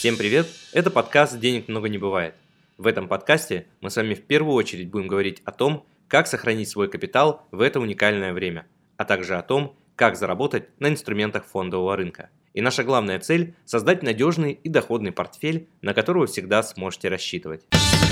Всем привет! Это подкаст «Денег много не бывает». В этом подкасте мы с вами в первую очередь будем говорить о том, как сохранить свой капитал в это уникальное время, а также о том, как заработать на инструментах фондового рынка. И наша главная цель – создать надежный и доходный портфель, на который вы всегда сможете рассчитывать.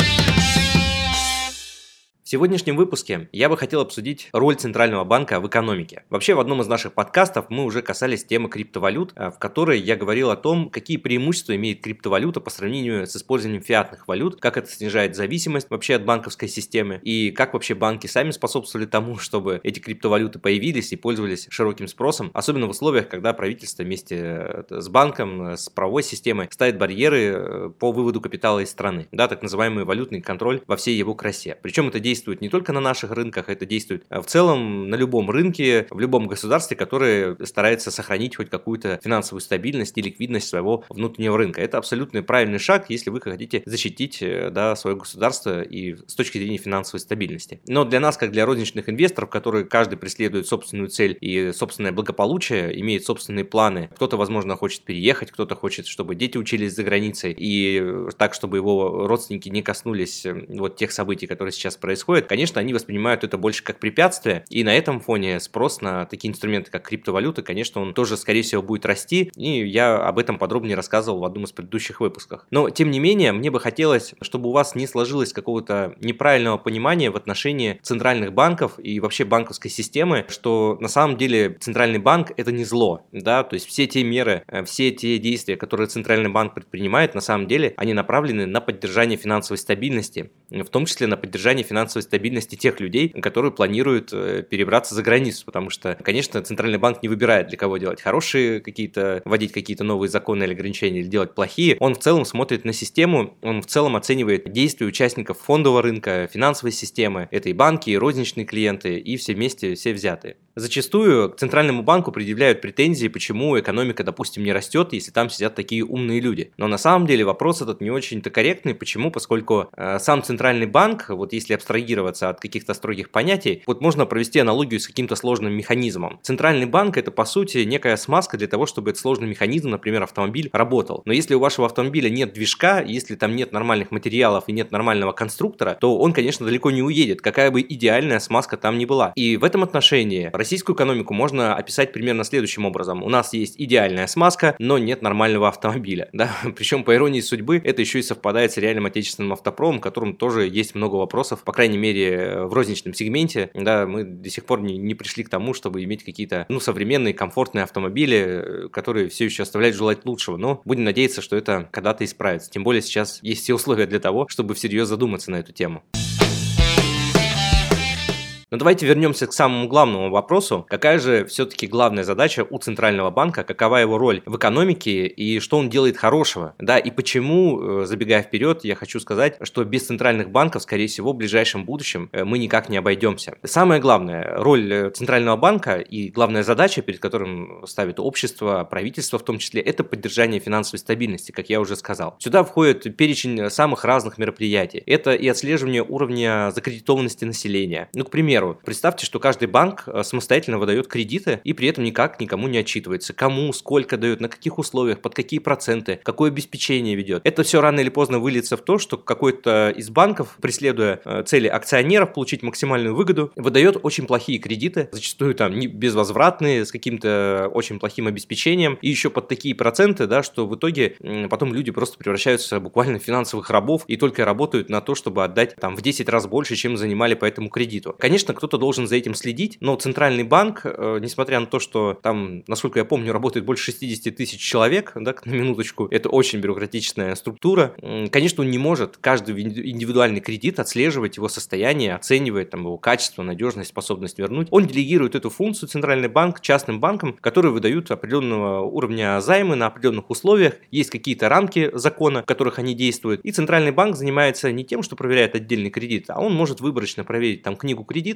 В сегодняшнем выпуске я бы хотел обсудить роль Центрального банка в экономике. Вообще, в одном из наших подкастов мы уже касались темы криптовалют, в которой я говорил о том, какие преимущества имеет криптовалюта по сравнению с использованием фиатных валют, как это снижает зависимость вообще от банковской системы, и как вообще банки сами способствовали тому, чтобы эти криптовалюты появились и пользовались широким спросом, особенно в условиях, когда правительство вместе с банком, с правовой системой ставит барьеры по выводу капитала из страны, да, так называемый валютный контроль во всей его красе. Причем это действует не только на наших рынках, это действует в целом на любом рынке, в любом государстве, которое старается сохранить хоть какую-то финансовую стабильность и ликвидность своего внутреннего рынка. Это абсолютно правильный шаг, если вы хотите защитить свое государство и с точки зрения финансовой стабильности. Но для нас, как для розничных инвесторов, которые каждый преследует собственную цель и собственное благополучие, имеет собственные планы, кто-то, возможно, хочет переехать, кто-то хочет, чтобы дети учились за границей, и так, чтобы его родственники не коснулись вот тех событий, которые сейчас происходят, конечно, они воспринимают это больше как препятствие, и на этом фоне спрос на такие инструменты, как криптовалюты, конечно, он тоже, скорее всего, будет расти, и я об этом подробнее рассказывал в одном из предыдущих выпусков. Но, тем не менее, мне бы хотелось, чтобы у вас не сложилось какого-то неправильного понимания в отношении центральных банков и вообще банковской системы, что на самом деле Центральный банк – это не зло, да, то есть все те меры, все те действия, которые Центральный банк предпринимает, на самом деле, они направлены на поддержание финансовой стабильности, в том числе на поддержание финансовой стабильности тех людей, которые планируют перебраться за границу, потому что, конечно, Центральный банк не выбирает, для кого делать хорошие какие-то, вводить какие-то новые законы или ограничения, или делать плохие. Он в целом смотрит на систему, он в целом оценивает действия участников фондового рынка, финансовой системы, это и банки, и розничные клиенты, и все вместе, все взятые. Зачастую к Центральному банку предъявляют претензии, почему экономика, допустим, не растет, если там сидят такие умные люди. Но на самом деле вопрос этот не очень-то корректный. Почему? Поскольку сам Центральный банк, вот если абстрагироваться от каких-то строгих понятий, вот можно провести аналогию с каким-то сложным механизмом. Центральный банк – это, по сути, некая смазка для того, чтобы этот сложный механизм, например, автомобиль, работал. Но если у вашего автомобиля нет движка, если там нет нормальных материалов и нет нормального конструктора, то он, конечно, далеко не уедет, какая бы идеальная смазка там ни была. И в этом отношении российскую экономику можно описать примерно следующим образом. У нас есть идеальная смазка, но нет нормального автомобиля. Да? Причем, по иронии судьбы, это еще и совпадает с реальным отечественным автопромом, в котором тоже есть много вопросов, по крайней мере, в розничном сегменте. Да, мы до сих пор не пришли к тому, чтобы иметь какие-то современные, комфортные автомобили, которые все еще оставляют желать лучшего. Но будем надеяться, что это когда-то исправится. Тем более сейчас есть все условия для того, чтобы всерьез задуматься на эту тему. Но давайте вернемся к самому главному вопросу. Какая же все-таки главная задача у Центрального банка, какова его роль в экономике и что он делает хорошего? Да, и почему, забегая вперед, я хочу сказать, что без центральных банков, скорее всего, в ближайшем будущем мы никак не обойдемся. Самая главная роль Центрального банка и главная задача, перед которым ставит общество, правительство в том числе, это поддержание финансовой стабильности, как я уже сказал. Сюда входит перечень самых разных мероприятий. Это и отслеживание уровня закредитованности населения. К примеру, представьте, что каждый банк самостоятельно выдает кредиты и при этом никак никому не отчитывается. Кому, сколько дает, на каких условиях, под какие проценты, какое обеспечение ведет. Это все рано или поздно выльется в то, что какой-то из банков, преследуя цели акционеров, получить максимальную выгоду, выдает очень плохие кредиты, зачастую там безвозвратные, с каким-то очень плохим обеспечением, и еще под такие проценты, да, что в итоге потом люди просто превращаются буквально в финансовых рабов и только работают на то, чтобы отдать там в 10 раз больше, чем занимали по этому кредиту. Конечно, кто-то должен за этим следить, но Центральный банк, несмотря на то, что там, насколько я помню, работает больше 60 тысяч человек, да, на минуточку, это очень бюрократичная структура, конечно, он не может каждый индивидуальный кредит отслеживать его состояние, оценивать там его качество, надежность, способность вернуть. Он делегирует эту функцию Центральный банк частным банкам, которые выдают определенного уровня займы на определенных условиях, есть какие-то рамки закона, в которых они действуют, и Центральный банк занимается не тем, что проверяет отдельный кредит, а он может выборочно проверить там книгу кредитов,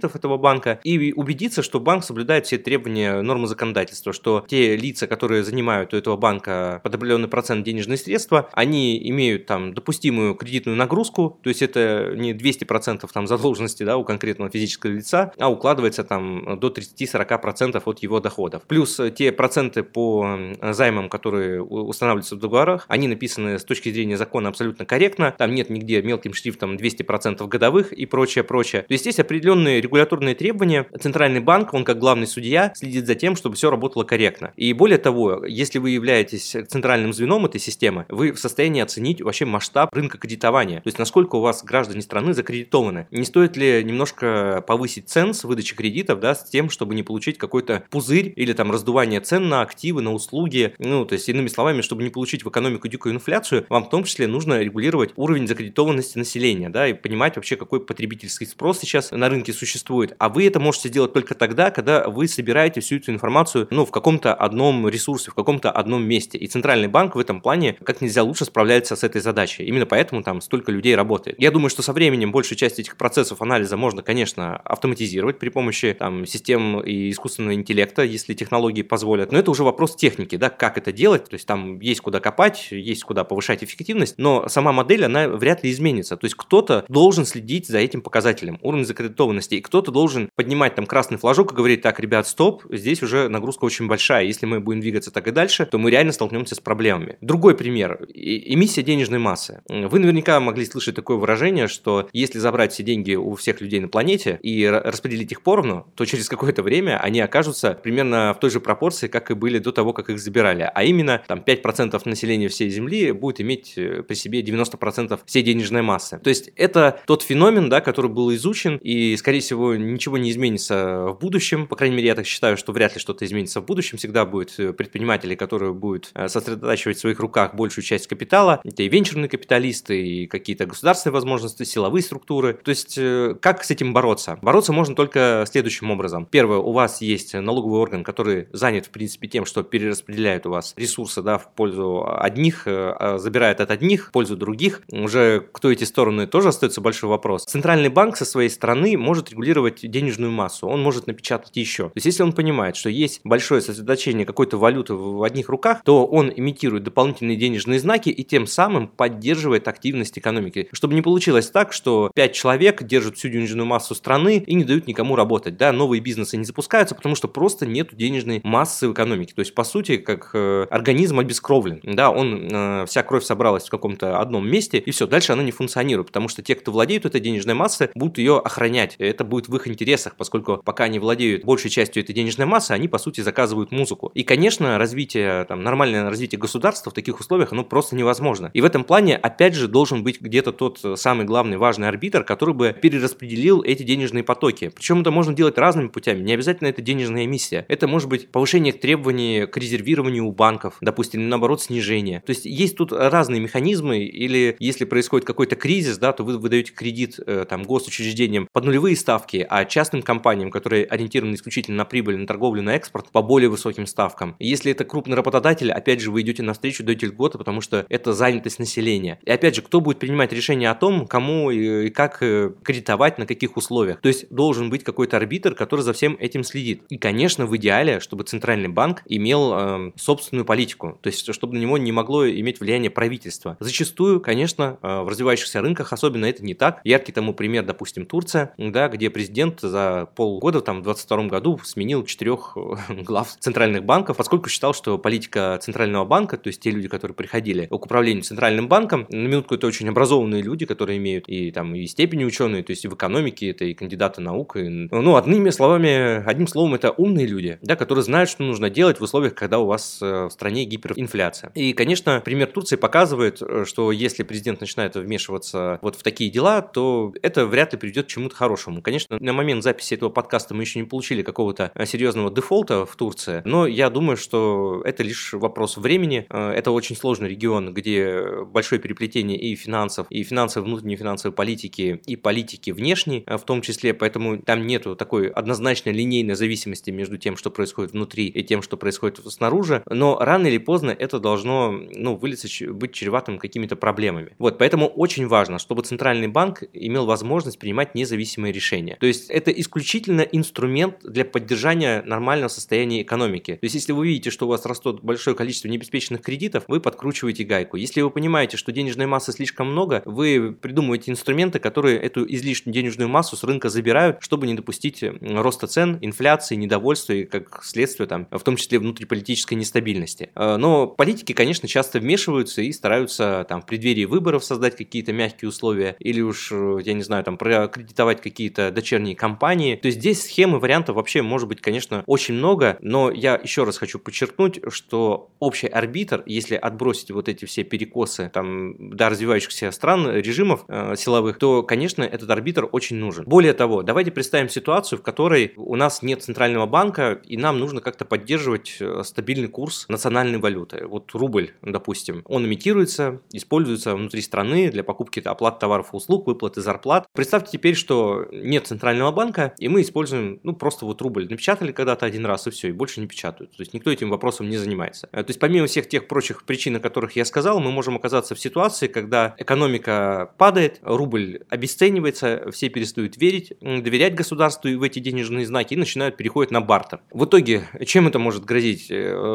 кредитов этого банка и убедиться, что банк соблюдает все требования нормы законодательства, что те лица, которые занимают у этого банка под определенный процент денежные средства, они имеют там допустимую кредитную нагрузку, то есть это не 200% там задолженности, да, у конкретного физического лица, а укладывается там до 30-40% от его доходов. Плюс те проценты по займам, которые устанавливаются в договорах, они написаны с точки зрения закона абсолютно корректно, там нет нигде мелким шрифтом 200% годовых и прочее, прочее. То есть есть определенные регуляторные требования. Центральный банк, он как главный судья, следит за тем, чтобы все работало корректно. И более того, если вы являетесь центральным звеном этой системы, вы в состоянии оценить вообще масштаб рынка кредитования. То есть насколько у вас граждане страны закредитованы. Не стоит ли немножко повысить ценз выдачи кредитов, да, с тем, чтобы не получить какой-то пузырь или там раздувание цен на активы, на услуги. Ну, то есть, иными словами, чтобы не получить в экономику дикую инфляцию, вам в том числе нужно регулировать уровень закредитованности населения, да, и понимать вообще, какой потребительский спрос сейчас на рынке существует. А вы это можете сделать только тогда, когда вы собираете всю эту информацию, ну, в каком-то одном ресурсе, в каком-то одном месте. И Центральный банк в этом плане как нельзя лучше справляется с этой задачей. Именно поэтому там столько людей работает. Я думаю, что со временем большую часть этих процессов анализа можно, конечно, автоматизировать при помощи там систем и искусственного интеллекта, если технологии позволят. Но это уже вопрос техники, да, как это делать. То есть там есть куда копать, есть куда повышать эффективность, но сама модель, она вряд ли изменится. То есть кто-то должен следить за этим показателем, уровень закредитованности, и кто-то должен поднимать там красный флажок и говорить: так, ребят, стоп, здесь уже нагрузка очень большая, если мы будем двигаться так и дальше, то мы реально столкнемся с проблемами. Другой пример. Эмиссия денежной массы. Вы наверняка могли слышать такое выражение, что если забрать все деньги у всех людей на планете и распределить их поровну, то через какое-то время они окажутся примерно в той же пропорции, как и были до того, как их забирали. А именно, там 5% населения всей Земли будет иметь при себе 90% всей денежной массы. То есть это тот феномен, да, который был изучен, и, скорее всего, ничего не изменится в будущем. По крайней мере, я так считаю, что вряд ли что-то изменится в будущем. Всегда будут предприниматели, которые будут сосредотачивать в своих руках большую часть капитала. Это и венчурные капиталисты, и какие-то государственные возможности, силовые структуры. То есть как с этим бороться? Бороться можно только следующим образом. Первое, у вас есть налоговый орган, который занят, в принципе, тем, что перераспределяет у вас ресурсы, да, в пользу одних, забирает от одних в пользу других. Уже кто эти стороны, тоже остается большой вопрос. Центральный банк со своей стороны может регулировать денежную массу, он может напечатать еще. То есть если он понимает, что есть большое сосредоточение какой-то валюты в одних руках, то он имитирует дополнительные денежные знаки и тем самым поддерживает активность экономики. Чтобы не получилось так, что 5 человек держат всю денежную массу страны и не дают никому работать. Да? Новые бизнесы не запускаются, потому что просто нет денежной массы в экономике. То есть, по сути, как организм обескровлен. Да? Вся кровь собралась в каком-то одном месте, и все, дальше она не функционирует, потому что те, кто владеют этой денежной массой, будут ее охранять. Это будет в их интересах, поскольку пока они владеют большей частью этой денежной массы, они, по сути, заказывают музыку. И, конечно, нормальное развитие государства в таких условиях, оно просто невозможно. И в этом плане, опять же, должен быть где-то тот самый главный важный арбитр, который бы перераспределил эти денежные потоки. Причем это можно делать разными путями. Не обязательно это денежная эмиссия. Это может быть повышение требований к резервированию у банков, допустим, или наоборот снижение. То есть есть тут разные механизмы, или если происходит какой-то кризис, да, то вы выдаете кредит госучреждениям под нулевые ставки, а частным компаниям, которые ориентированы исключительно на прибыль, на торговлю, на экспорт, по более высоким ставкам. Если это крупный работодатель, опять же, вы идете навстречу, даете льготы, потому что это занятость населения. И опять же, кто будет принимать решение о том, кому и как кредитовать, на каких условиях. То есть должен быть какой-то арбитр, который за всем этим следит. И, конечно, в идеале, чтобы Центральный банк имел собственную политику, то есть чтобы на него не могло иметь влияние правительство. Зачастую, конечно, в развивающихся рынках особенно это не так. Яркий тому пример, допустим, Турция, да, где президент за полгода, в 2022 году, сменил 4 глав центральных банков, поскольку считал, что политика Центрального банка, то есть те люди, которые приходили к управлению Центральным банком, на минутку это очень образованные люди, которые имеют и степени ученые, то есть и в экономике, это и кандидаты наук, одним словом, это умные люди, да, которые знают, что нужно делать в условиях, когда у вас в стране гиперинфляция. И, конечно, пример Турции показывает, что если президент начинает вмешиваться вот в такие дела, то это вряд ли приведет к чему-то хорошему. Конечно, на момент записи этого подкаста мы еще не получили какого-то серьезного дефолта в Турции, но я думаю, что это лишь вопрос времени. Это очень сложный регион, где большое переплетение и финансов, и финансовой, внутренней финансовой политики, и политики внешней в том числе, поэтому там нету такой однозначной линейной зависимости между тем, что происходит внутри, и тем, что происходит снаружи, но рано или поздно это должно быть чреватым какими-то проблемами. Вот, поэтому очень важно, чтобы Центральный банк имел возможность принимать независимые решения. уровня. То есть это исключительно инструмент для поддержания нормального состояния экономики. То есть если вы видите, что у вас растет большое количество необеспеченных кредитов, вы подкручиваете гайку. Если вы понимаете, что денежной массы слишком много, вы придумываете инструменты, которые эту излишнюю денежную массу с рынка забирают, чтобы не допустить роста цен, инфляции, недовольства и, как следствие, там, в том числе внутриполитической нестабильности. Но политики, конечно, часто вмешиваются и стараются там, в преддверии выборов создать какие-то мягкие условия или уж, я не знаю, там, прокредитовать какие-то дочерние компании. То есть здесь схем и вариантов вообще может быть, конечно, очень много, но я еще раз хочу подчеркнуть, что общий арбитр, если отбросить вот эти все перекосы там, до развивающихся стран, режимов силовых, то, конечно, этот арбитр очень нужен. Более того, давайте представим ситуацию, в которой у нас нет центрального банка, и нам нужно как-то поддерживать стабильный курс национальной валюты. Вот рубль, допустим, он имитируется, используется внутри страны для покупки оплаты товаров и услуг, выплаты зарплат. Представьте теперь, что нет центрального банка, и мы используем, просто вот рубль. Напечатали когда-то один раз, и все, и больше не печатают. То есть никто этим вопросом не занимается. То есть помимо всех тех прочих причин, о которых я сказал, мы можем оказаться в ситуации, когда экономика падает, рубль обесценивается, все перестают верить, доверять государству и в эти денежные знаки и начинают переходить на бартер. В итоге, чем это может грозить?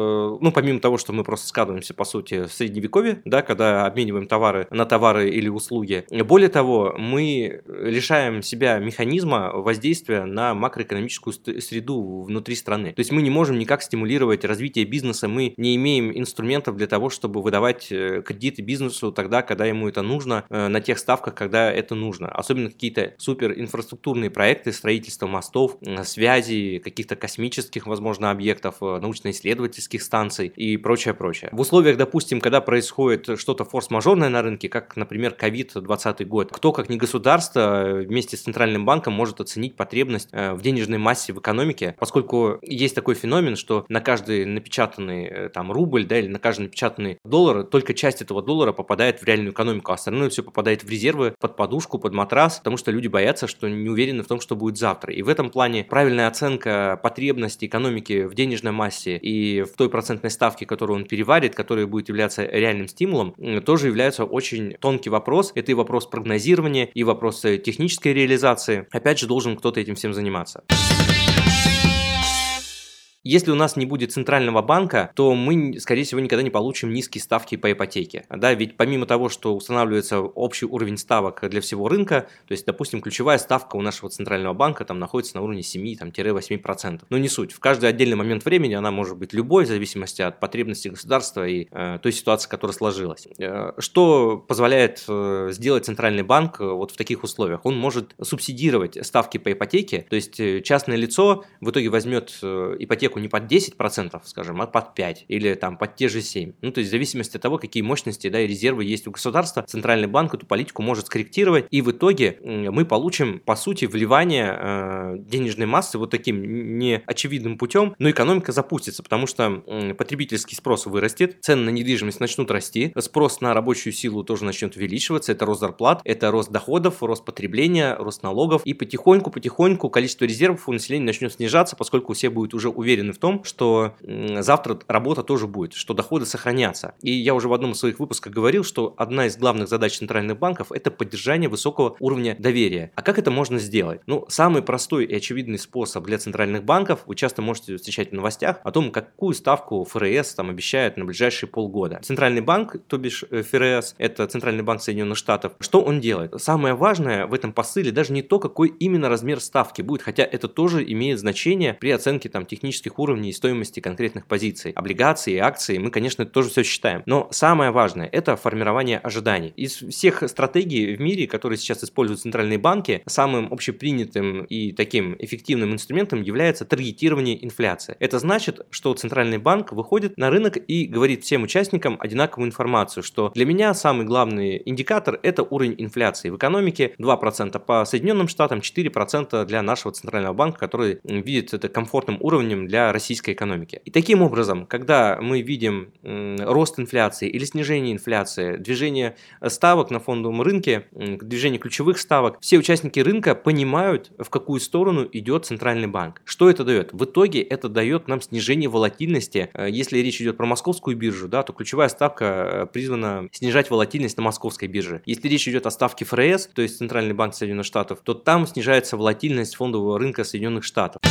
Помимо того, что мы просто скатываемся, по сути, в средневековье, да, когда обмениваем товары на товары или услуги. Более того, мы лишаем себя механизма воздействия на макроэкономическую среду внутри страны. То есть мы не можем никак стимулировать развитие бизнеса, мы не имеем инструментов для того, чтобы выдавать кредиты бизнесу тогда, когда ему это нужно, на тех ставках, когда это нужно. Особенно какие-то суперинфраструктурные проекты, строительство мостов, связи, каких-то космических, возможно, объектов, научно-исследовательских станций и прочее. В условиях, допустим, когда происходит что-то форс-мажорное на рынке, как, например, ковид 2020 год, кто, как не государство, вместе с Центральным банком может оценить потребность в денежной массе в экономике, поскольку есть такой феномен, что на каждый напечатанный там рубль, да, или на каждый напечатанный доллар, только часть этого доллара попадает в реальную экономику, а остальное все попадает в резервы, под подушку, под матрас, потому что люди боятся, что не уверены в том, что будет завтра. И в этом плане правильная оценка потребностей экономики в денежной массе и в той процентной ставке, которую он переварит, которая будет являться реальным стимулом, тоже является очень тонкий вопрос. Это и вопрос прогнозирования, и вопрос технической реализации. Опять же, должен кто-то этим всем заниматься. Если у нас не будет центрального банка, то мы, скорее всего, никогда не получим низкие ставки по ипотеке. Да, ведь помимо того, что устанавливается общий уровень ставок для всего рынка, то есть, допустим, ключевая ставка у нашего центрального банка там находится на уровне 7-8%. Но не суть. В каждый отдельный момент времени она может быть любой, в зависимости от потребностей государства и той ситуации, которая сложилась. Что позволяет сделать центральный банк вот в таких условиях? Он может субсидировать ставки по ипотеке, то есть частное лицо в итоге возьмет ипотеку не под 10%, скажем, а под 5% или там под те же 7%. То есть в зависимости от того, какие мощности, да, и резервы есть у государства, центральный банк эту политику может скорректировать, и в итоге мы получим, по сути, вливание денежной массы вот таким неочевидным путем, но экономика запустится, потому что потребительский спрос вырастет, цены на недвижимость начнут расти, спрос на рабочую силу тоже начнет увеличиваться, это рост зарплат, это рост доходов, рост потребления, рост налогов, и потихоньку количество резервов у населения начнет снижаться, поскольку все будут уже уверены в том, что завтра работа тоже будет, что доходы сохранятся. И я уже в одном из своих выпусков говорил, что одна из главных задач центральных банков – это поддержание высокого уровня доверия. А как это можно сделать? Самый простой и очевидный способ для центральных банков, вы часто можете встречать в новостях о том, какую ставку ФРС там обещает на ближайшие полгода. Центральный банк, то бишь ФРС, это Центральный банк Соединенных Штатов, что он делает? Самое важное в этом посыле даже не то, какой именно размер ставки будет, хотя это тоже имеет значение при оценке там технических уровней и стоимости конкретных позиций. Облигации и акции мы, конечно, тоже все считаем. Но самое важное – это формирование ожиданий. Из всех стратегий в мире, которые сейчас используют центральные банки, самым общепринятым и таким эффективным инструментом является таргетирование инфляции. Это значит, что центральный банк выходит на рынок и говорит всем участникам одинаковую информацию, что для меня самый главный индикатор – это уровень инфляции в экономике, 2% по Соединенным Штатам, 4% для нашего центрального банка, который видит это комфортным уровнем для для российской экономики. И таким образом, когда мы видим рост инфляции или снижение инфляции, движение ставок на фондовом рынке, движение ключевых ставок, все участники рынка понимают, в какую сторону идет центральный банк. Что это дает? В итоге это дает нам снижение волатильности. Если речь идет про московскую биржу, да, то ключевая ставка призвана снижать волатильность на московской бирже. Если речь идет о ставке ФРС, то есть Центральный банк Соединенных Штатов, то там снижается волатильность фондового рынка Соединенных Штатов.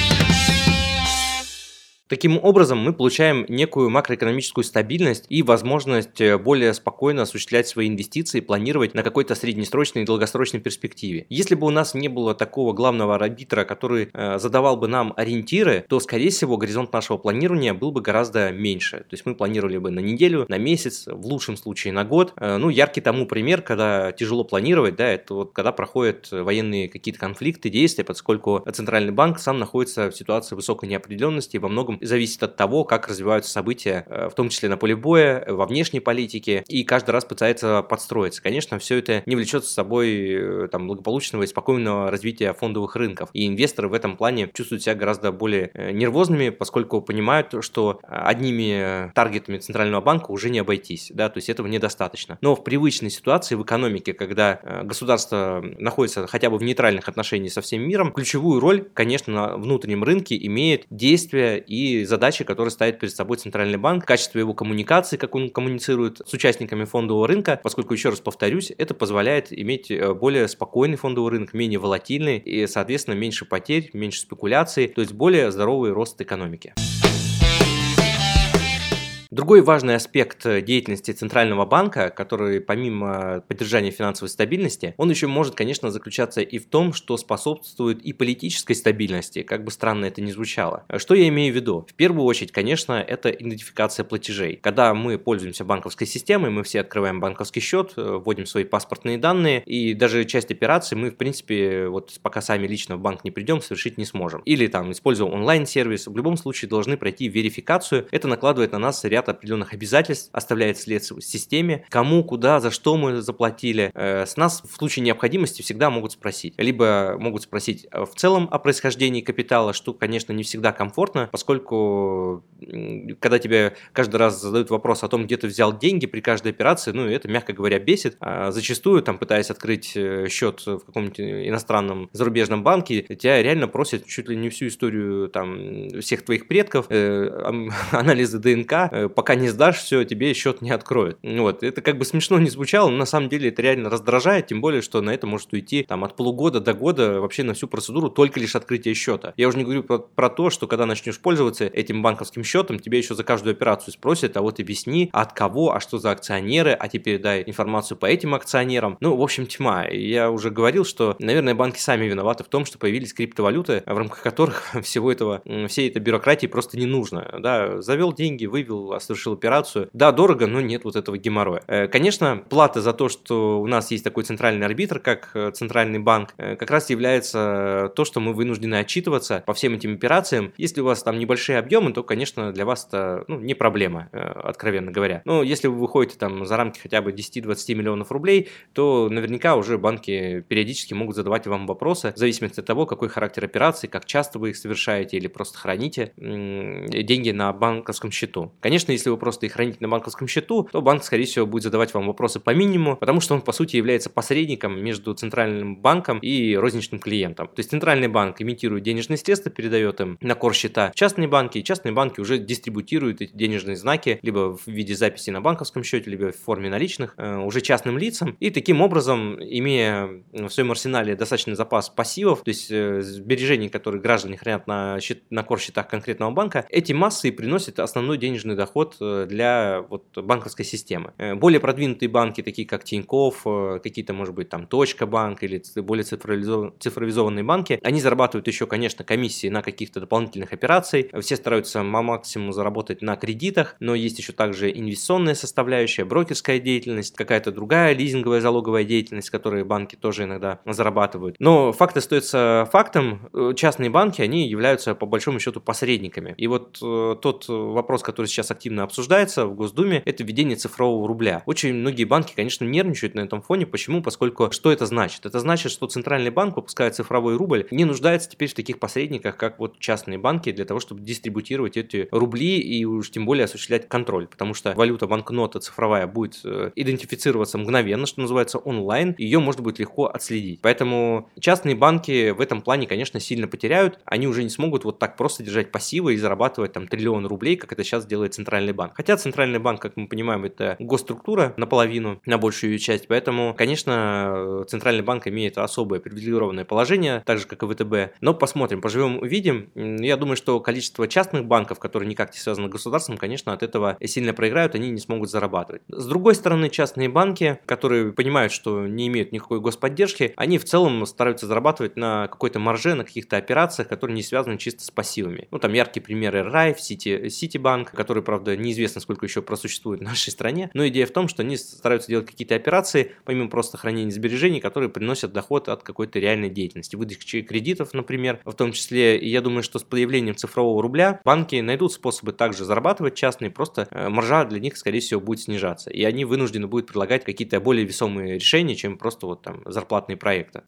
Таким образом, мы получаем некую макроэкономическую стабильность и возможность более спокойно осуществлять свои инвестиции, планировать на какой-то среднесрочной и долгосрочной перспективе. Если бы у нас не было такого главного арбитра, который задавал бы нам ориентиры, то, скорее всего, горизонт нашего планирования был бы гораздо меньше. То есть мы планировали бы на неделю, на месяц, в лучшем случае на год. Яркий тому пример, когда тяжело планировать, да, это вот когда проходят военные какие-то конфликты, действия, поскольку Центральный банк сам находится в ситуации высокой неопределенности и во многом зависит от того, как развиваются события, в том числе на поле боя, во внешней политике, и каждый раз пытается подстроиться. Конечно, все это не влечет с собой благополучного и спокойного развития фондовых рынков, и инвесторы в этом плане чувствуют себя гораздо более нервозными, поскольку понимают, что одними таргетами Центрального банка уже не обойтись, да, то есть этого недостаточно. Но в привычной ситуации в экономике, когда государство находится хотя бы в нейтральных отношениях со всем миром, ключевую роль, конечно, на внутреннем рынке имеет действие и задачи, которые ставит перед собой Центральный банк, качество его коммуникации, как он коммуницирует с участниками фондового рынка, поскольку, еще раз повторюсь, это позволяет иметь более спокойный фондовый рынок, менее волатильный и, соответственно, меньше потерь, меньше спекуляций, то есть более здоровый рост экономики. Другой важный аспект деятельности Центрального банка, который помимо поддержания финансовой стабильности, он еще может, конечно, заключаться и в том, что способствует и политической стабильности, как бы странно это ни звучало. Что я имею в виду? В первую очередь, конечно, это идентификация платежей. Когда мы пользуемся банковской системой, мы все открываем банковский счет, вводим свои паспортные данные, и даже часть операций мы, в принципе, вот пока сами лично в банк не придем, совершить не сможем. Или там, используя онлайн-сервис, в любом случае должны пройти верификацию. Это накладывает на нас ряд определенных обязательств, оставляет след в системе, кому, куда, за что мы заплатили. С нас в случае необходимости всегда могут спросить. Либо могут спросить в целом о происхождении капитала, что, конечно, не всегда комфортно, поскольку когда тебе каждый раз задают вопрос о том, где ты взял деньги при каждой операции, это, мягко говоря, бесит. Зачастую, пытаясь открыть счет в каком-нибудь иностранном зарубежном банке, тебя реально просят чуть ли не всю историю всех твоих предков, анализы ДНК, пока не сдашь все, тебе счет не откроют. Это как бы смешно не звучало, но на самом деле это реально раздражает, тем более, что на это может уйти от полугода до года вообще на всю процедуру только лишь открытия счета. Я уже не говорю про то, что когда начнешь пользоваться этим банковским счетом, тебе еще за каждую операцию спросят, а вот объясни, от кого, а что за акционеры, а теперь дай информацию по этим акционерам. В общем, тьма. Я уже говорил, что, наверное, банки сами виноваты в том, что появились криптовалюты, в рамках которых всей этой бюрократии просто не нужно. Да, завел деньги, вывел, совершил операцию. Да, дорого, но нет вот этого геморроя. Конечно, плата за то, что у нас есть такой центральный арбитр, как Центральный банк, как раз является то, что мы вынуждены отчитываться по всем этим операциям. Если у вас там небольшие объемы, то, конечно, для вас это не проблема, откровенно говоря. Но если вы выходите за рамки хотя бы 10-20 миллионов рублей, то наверняка уже банки периодически могут задавать вам вопросы, в зависимости от того, какой характер операции, как часто вы их совершаете или просто храните деньги на банковском счету. Конечно, если вы просто их храните на банковском счету, то банк, скорее всего, будет задавать вам вопросы по минимуму, потому что он, по сути, является посредником между Центральным банком и розничным клиентом. То есть Центральный банк имитирует денежные средства, передает им на кор-счета частные банки, и частные банки уже дистрибутируют эти денежные знаки либо в виде записи на банковском счете, либо в форме наличных уже частным лицам. И таким образом, имея в своем арсенале достаточный запас пассивов, то есть сбережений, которые граждане хранят на кор-счетах конкретного банка, эти массы приносят основной денежный доход для банковской системы. Более продвинутые банки, такие как Тинькофф, какие-то, может быть, Точка банк или более цифровизованные банки, они зарабатывают еще, конечно, комиссии на каких-то дополнительных операциях. Все стараются по максимуму заработать на кредитах, но есть еще также инвестиционная составляющая, брокерская деятельность, какая-то другая лизинговая, залоговая деятельность, которые банки тоже иногда зарабатывают. Но факт остается фактом. Частные банки, они являются по большому счету посредниками. И тот вопрос, который сейчас активно активно обсуждается в Госдуме, это введение цифрового рубля. Очень многие банки, конечно, нервничают на этом фоне. Почему? Поскольку что это значит? Это значит, что Центральный банк, выпуская цифровой рубль, не нуждается теперь в таких посредниках, как вот частные банки, для того, чтобы дистрибутировать эти рубли и уж тем более осуществлять контроль. Потому что валюта банкнота цифровая будет идентифицироваться мгновенно, что называется, онлайн, и ее можно будет легко отследить. Поэтому частные банки в этом плане, конечно, сильно потеряют. Они уже не смогут вот так просто держать пассивы и зарабатывать там триллион рублей, как это сейчас делает Центральный банк. Хотя Центральный банк, как мы понимаем, это госструктура наполовину, на большую ее часть. Поэтому, конечно, Центральный банк имеет особое привилегированное положение, так же, как и ВТБ. Но посмотрим, поживем, увидим. Я думаю, что количество частных банков, которые никак не связаны с государством, конечно, от этого сильно проиграют, они не смогут зарабатывать. С другой стороны, частные банки, которые понимают, что не имеют никакой господдержки, они в целом стараются зарабатывать на какой-то марже, на каких-то операциях, которые не связаны чисто с пассивами. Ну, там яркие примеры Райф, Ситибанк, который, правда, неизвестно, сколько еще просуществует в нашей стране, но идея в том, что они стараются делать какие-то операции, помимо просто хранения сбережений, которые приносят доход от какой-то реальной деятельности, выдачи кредитов, например, в том числе. И я думаю, что с появлением цифрового рубля банки найдут способы также зарабатывать частные, просто маржа для них, скорее всего, будет снижаться, и они вынуждены будут предлагать какие-то более весомые решения, чем просто вот там зарплатные проекты.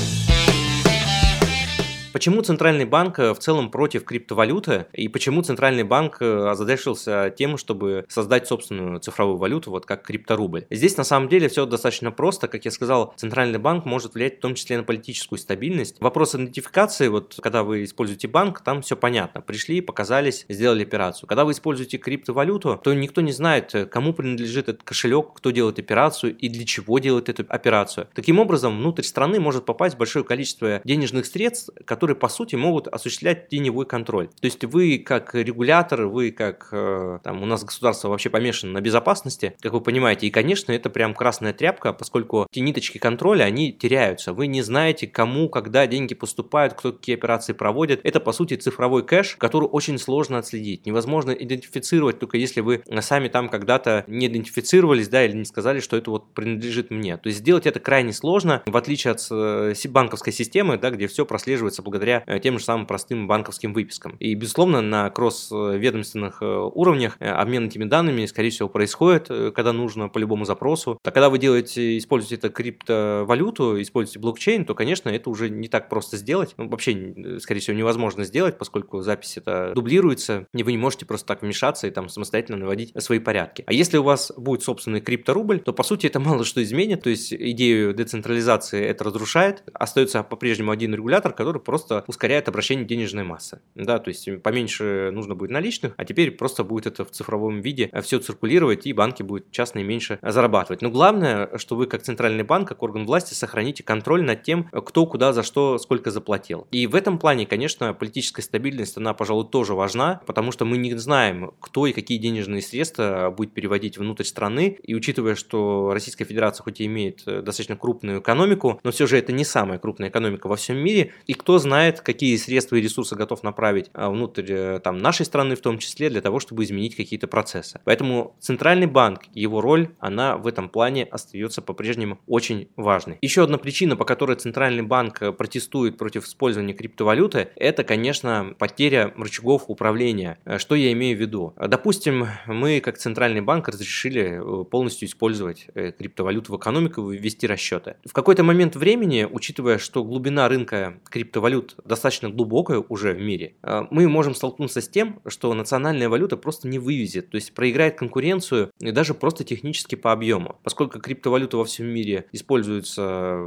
Почему Центральный банк в целом против криптовалюты и почему Центральный банк озадачился тем, чтобы создать собственную цифровую валюту, вот как крипторубль? Здесь на самом деле все достаточно просто. Как я сказал, Центральный банк может влиять в том числе на политическую стабильность. Вопрос идентификации, вот когда вы используете банк, там все понятно. Пришли, показались, сделали операцию. Когда вы используете криптовалюту, то никто не знает, кому принадлежит этот кошелек, кто делает операцию и для чего делает эту операцию. Таким образом, внутрь страны может попасть большое количество денежных средств, которые по сути могут осуществлять теневой контроль. То есть вы как регулятор, вы как там у нас государство вообще помешано на безопасности, как вы понимаете, и конечно это прям красная тряпка, поскольку те ниточки контроля, они теряются. Вы не знаете, кому, когда деньги поступают, кто какие операции проводит. Это по сути цифровой кэш, который очень сложно отследить. Невозможно идентифицировать, только если вы сами там когда-то не идентифицировались, да, или не сказали, что это вот принадлежит мне. То есть сделать это крайне сложно, в отличие от банковской системы, да, где все прослеживается благодаря тем же самым простым банковским выпискам. И, безусловно, на кросс-ведомственных уровнях обмен этими данными, скорее всего, происходит, когда нужно по любому запросу. А когда вы используете это криптовалюту, используете блокчейн, то, конечно, это уже не так просто сделать. Ну, вообще, скорее всего, невозможно сделать, поскольку запись это дублируется, и вы не можете просто так вмешаться и там самостоятельно наводить свои порядки. А если у вас будет собственный крипторубль, то, по сути, это мало что изменит, то есть идею децентрализации это разрушает, остается по-прежнему один регулятор, который просто ускоряет обращение денежной массы. Да, то есть поменьше нужно будет наличных, а теперь просто будет это в цифровом виде все циркулировать, и банки будут частные меньше зарабатывать. Но главное, что вы как центральный банк, как орган власти сохраните контроль над тем, кто куда за что, сколько заплатил. И в этом плане, конечно, политическая стабильность, она, пожалуй, тоже важна, потому что мы не знаем, кто и какие денежные средства будет переводить внутрь страны, и учитывая, что Российская Федерация хоть и имеет достаточно крупную экономику, но все же это не самая крупная экономика во всем мире, и кто знает, какие средства и ресурсы готов направить внутрь там, нашей страны в том числе для того, чтобы изменить какие-то процессы. Поэтому Центральный банк, его роль, она в этом плане остается по-прежнему очень важной. Еще одна причина, по которой Центральный банк протестует против использования криптовалюты, это, конечно, потеря рычагов управления. Что я имею в виду? Допустим, мы как Центральный банк разрешили полностью использовать криптовалюту в экономику и ввести расчеты. В какой-то момент времени, учитывая, что глубина рынка криптовалют достаточно глубокая уже в мире, мы можем столкнуться с тем, что национальная валюта просто не вывезет, то есть проиграет конкуренцию и даже просто технически по объему. Поскольку криптовалюта во всем мире используется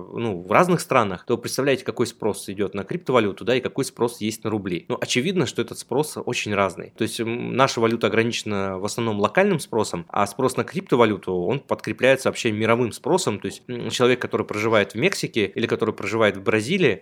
в разных странах, то представляете, какой спрос идет на криптовалюту, да, и какой спрос есть на рубли. Ну, очевидно, что этот спрос очень разный. То есть наша валюта ограничена в основном локальным спросом, а спрос на криптовалюту, он подкрепляется вообще мировым спросом. То есть человек, который проживает в Мексике или который проживает в Бразилии,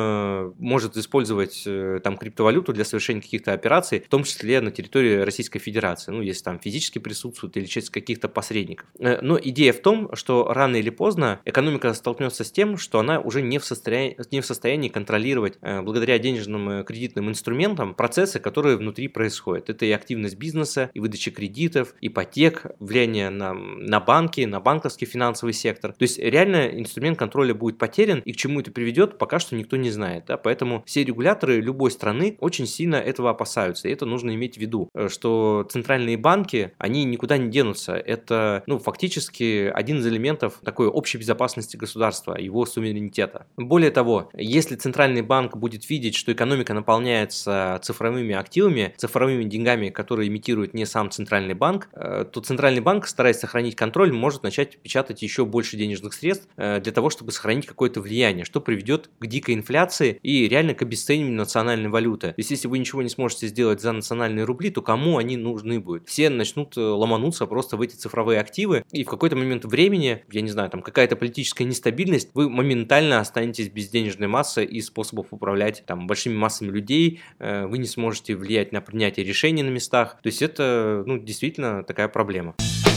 он может использовать там криптовалюту для совершения каких-то операций, в том числе на территории Российской Федерации, если там физически присутствуют или через каких-то посредников. Но идея в том, что рано или поздно экономика столкнется с тем, что она уже не в состоянии контролировать благодаря денежным кредитным инструментам процессы, которые внутри происходят. Это и активность бизнеса, и выдача кредитов, ипотек, влияние на банки, на банковский финансовый сектор. То есть реально инструмент контроля будет потерян, и к чему это приведет, пока что никто не знает. Да? поэтому все регуляторы любой страны очень сильно этого опасаются, и это нужно иметь в виду, что центральные банки, они никуда не денутся, это, фактически один из элементов такой общей безопасности государства, его суверенитета. Более того, если центральный банк будет видеть, что экономика наполняется цифровыми активами, цифровыми деньгами, которые имитирует не сам центральный банк, то центральный банк, стараясь сохранить контроль, может начать печатать еще больше денежных средств для того, чтобы сохранить какое-то влияние, что приведет к дикой инфляции и реально к обесцениванию национальной валюты. То есть, если вы ничего не сможете сделать за национальные рубли, то кому они нужны будут? Все начнут ломануться просто в эти цифровые активы, и в какой-то момент времени, я не знаю, там какая-то политическая нестабильность, вы моментально останетесь без денежной массы и способов управлять там большими массами людей, вы не сможете влиять на принятие решений на местах. То есть это действительно такая проблема.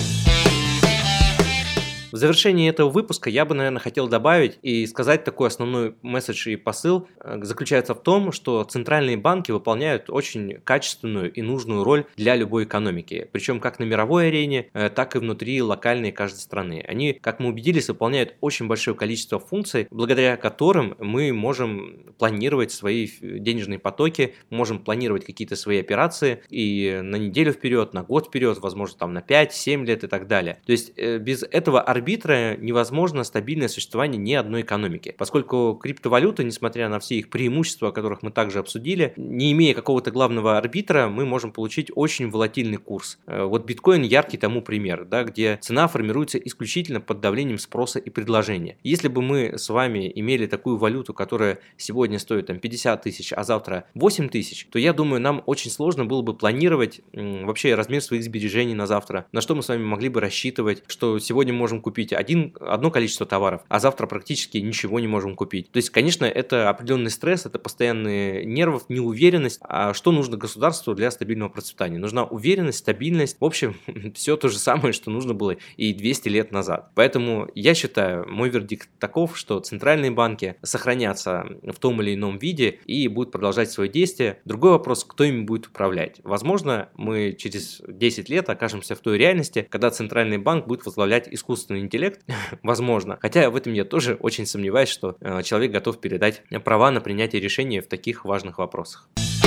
В завершении этого выпуска я бы, наверное, хотел добавить и сказать такой основной месседж и посыл заключается в том, что центральные банки выполняют очень качественную и нужную роль для любой экономики, причем как на мировой арене, так и внутри локальной каждой страны. Они, как мы убедились, выполняют очень большое количество функций, благодаря которым мы можем планировать свои денежные потоки, можем планировать какие-то свои операции и на неделю вперед, на год вперед, возможно, там на 5-7 лет и так далее. То есть без этого арбитра невозможно стабильное существование ни одной экономики, поскольку криптовалюты, несмотря на все их преимущества, о которых мы также обсудили, не имея какого-то главного арбитра, мы можем получить очень волатильный курс. Вот биткоин яркий тому пример, да, где цена формируется исключительно под давлением спроса и предложения. Если бы мы с вами имели такую валюту, которая сегодня стоит 50 тысяч, а завтра 8 тысяч, то я думаю, нам очень сложно было бы планировать вообще размер своих сбережений на завтра, на что мы с вами могли бы рассчитывать, что сегодня можем купить одно количество товаров, а завтра практически ничего не можем купить. То есть, конечно, это определенный стресс, это постоянные нервы, неуверенность. А что нужно государству для стабильного процветания? Нужна уверенность, стабильность. В общем, все то же самое, что нужно было и 200 лет назад. Поэтому я считаю, мой вердикт таков, что центральные банки сохранятся в том или ином виде и будут продолжать свое действие. Другой вопрос, кто ими будет управлять. Возможно, мы через 10 лет окажемся в той реальности, когда центральный банк будет возглавлять искусственный интеллект, возможно. Хотя в этом я тоже очень сомневаюсь, что человек готов передать права на принятие решений в таких важных вопросах.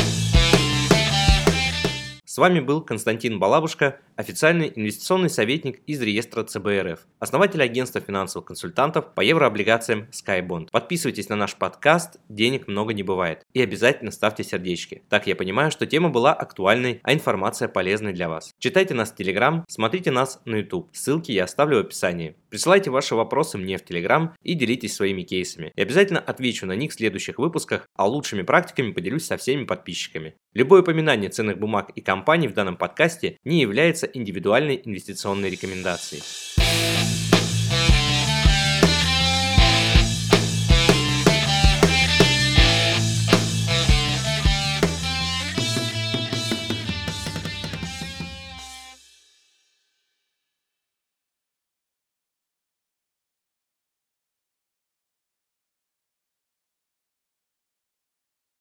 С вами был Константин Балабушка, официальный инвестиционный советник из реестра ЦБ РФ, основатель агентства финансовых консультантов по еврооблигациям SkyBond. Подписывайтесь на наш подкаст «Денег много не бывает» и обязательно ставьте сердечки. Так я понимаю, что тема была актуальной, а информация полезной для вас. Читайте нас в Telegram, смотрите нас на YouTube. Ссылки я оставлю в описании. Присылайте ваши вопросы мне в Telegram и делитесь своими кейсами. Я обязательно отвечу на них в следующих выпусках, а лучшими практиками поделюсь со всеми подписчиками. Любое упоминание ценных бумаг и компаний в данном подкасте не является индивидуальной инвестиционной рекомендацией.